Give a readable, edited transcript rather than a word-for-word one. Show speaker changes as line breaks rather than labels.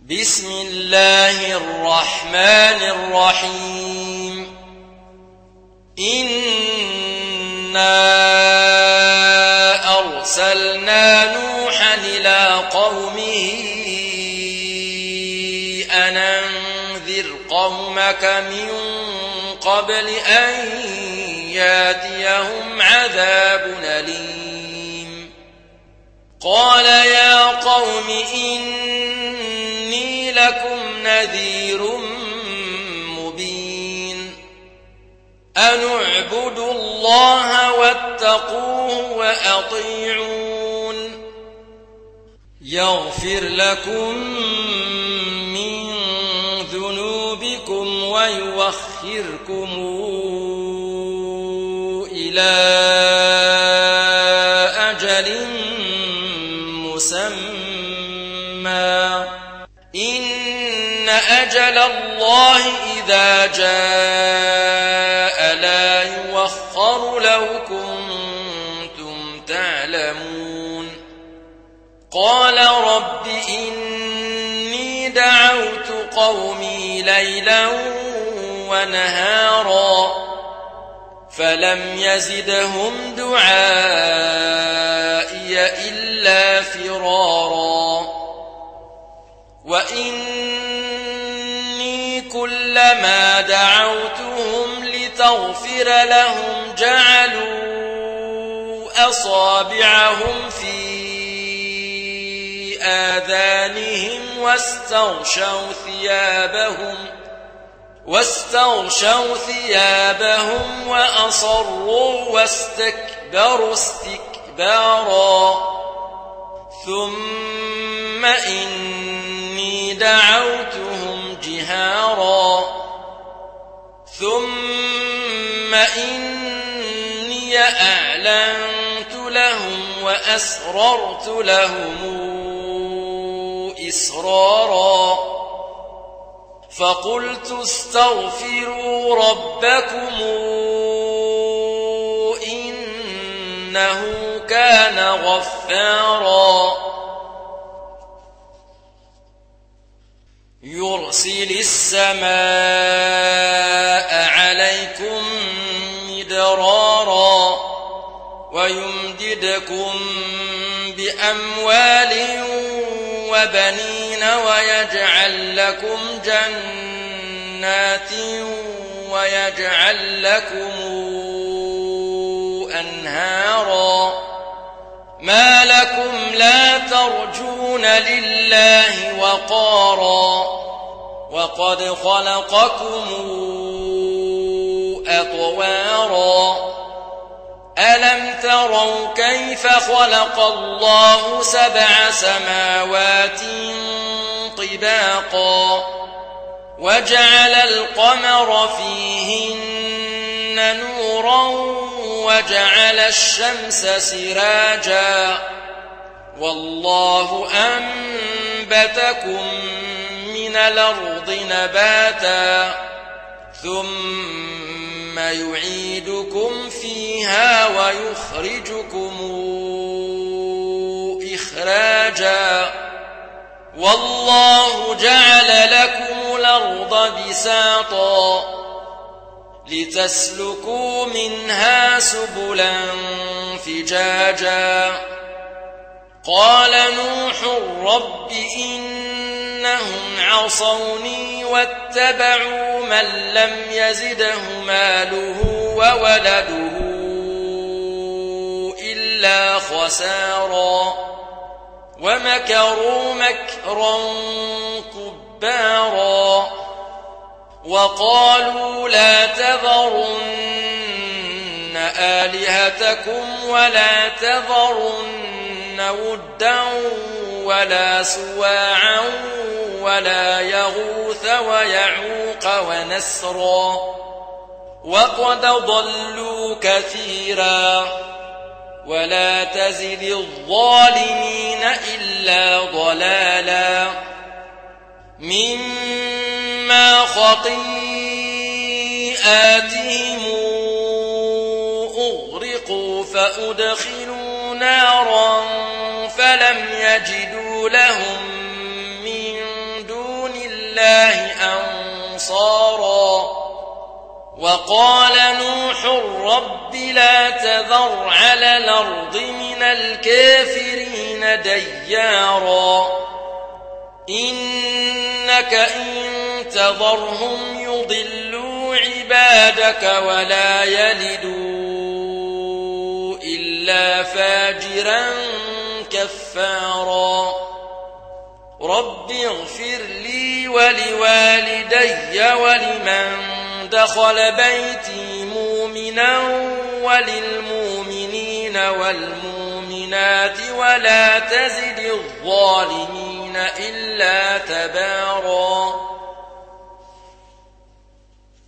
بسم الله الرحمن الرحيم إنا أرسلنا نوحا إلى قومه أن أنذر قومك من قبل أن ياتيهم عذاب أليم قال يا قوم إني لكم نذير مبين أن اعبدوا الله واتقوه وأطيعون يغفر لكم من ذنوبكم ويؤخركم إلى أجل مسمى إن أجل الله إذا جاء لا يؤخر لو كنتم تعلمون قال رب إني دعوت قومي ليلا ونهارا فلم يزدهم دعائي إلا فرارا وإني كلما دعوتهم لتغفر لهم جعلوا أصابعهم في آذانهم واستغشوا ثيابهم وأصروا واستكبروا استكبارا ثم إني دعوتهم جهارا ثم إني أعلنت لهم وأسررت لهم إسرارا فقلت استغفروا ربكم إنه كان غفارا يرسل السماء عليكم مدرارا ويمددكم بأموال وبنين ويجعل لكم جنات ويجعل لكم أنهارا ما لكم لا ترجون لله وقارا وقد خلقكم أطوارا ألم تروا كيف خلق الله 7 سماوات طباقا وجعل القمر فيهن نورا وجعل الشمس سراجا والله أنبتكم من الأرض نباتا ثم يعيدكم فيها ويخرجكم إخراجا والله جعل لكم الأرض بساطا لتسلكوا منها سبلا فجاجا قال نوح رب إنهم عصوني واتبعوا من لم يزده ماله وولده إلا خسارا ومكروا مكرا كبارا وقالوا لا تذرن آلهتكم ولا تذرن ودا ولا سواعا ولا يغوث ويعوق ونسرا وقد ضلوا كثيرا ولا تزد الظالمين إلا ضلالا مما خطيئاتهم أغرقوا فأدخلوا نارا فلم يجدوا لهم من الله أنصارا وقال نوح رب لا تذر على الأرض من الكافرين ديارا إنك إن تذرهم يضلوا عبادك ولا يلدوا إلا فاجرا كفارا رب اغفر لي ولوالدي ولمن دخل بيتي مؤمنا وللمؤمنين والمؤمنات ولا تزد الظالمين إلا تبارا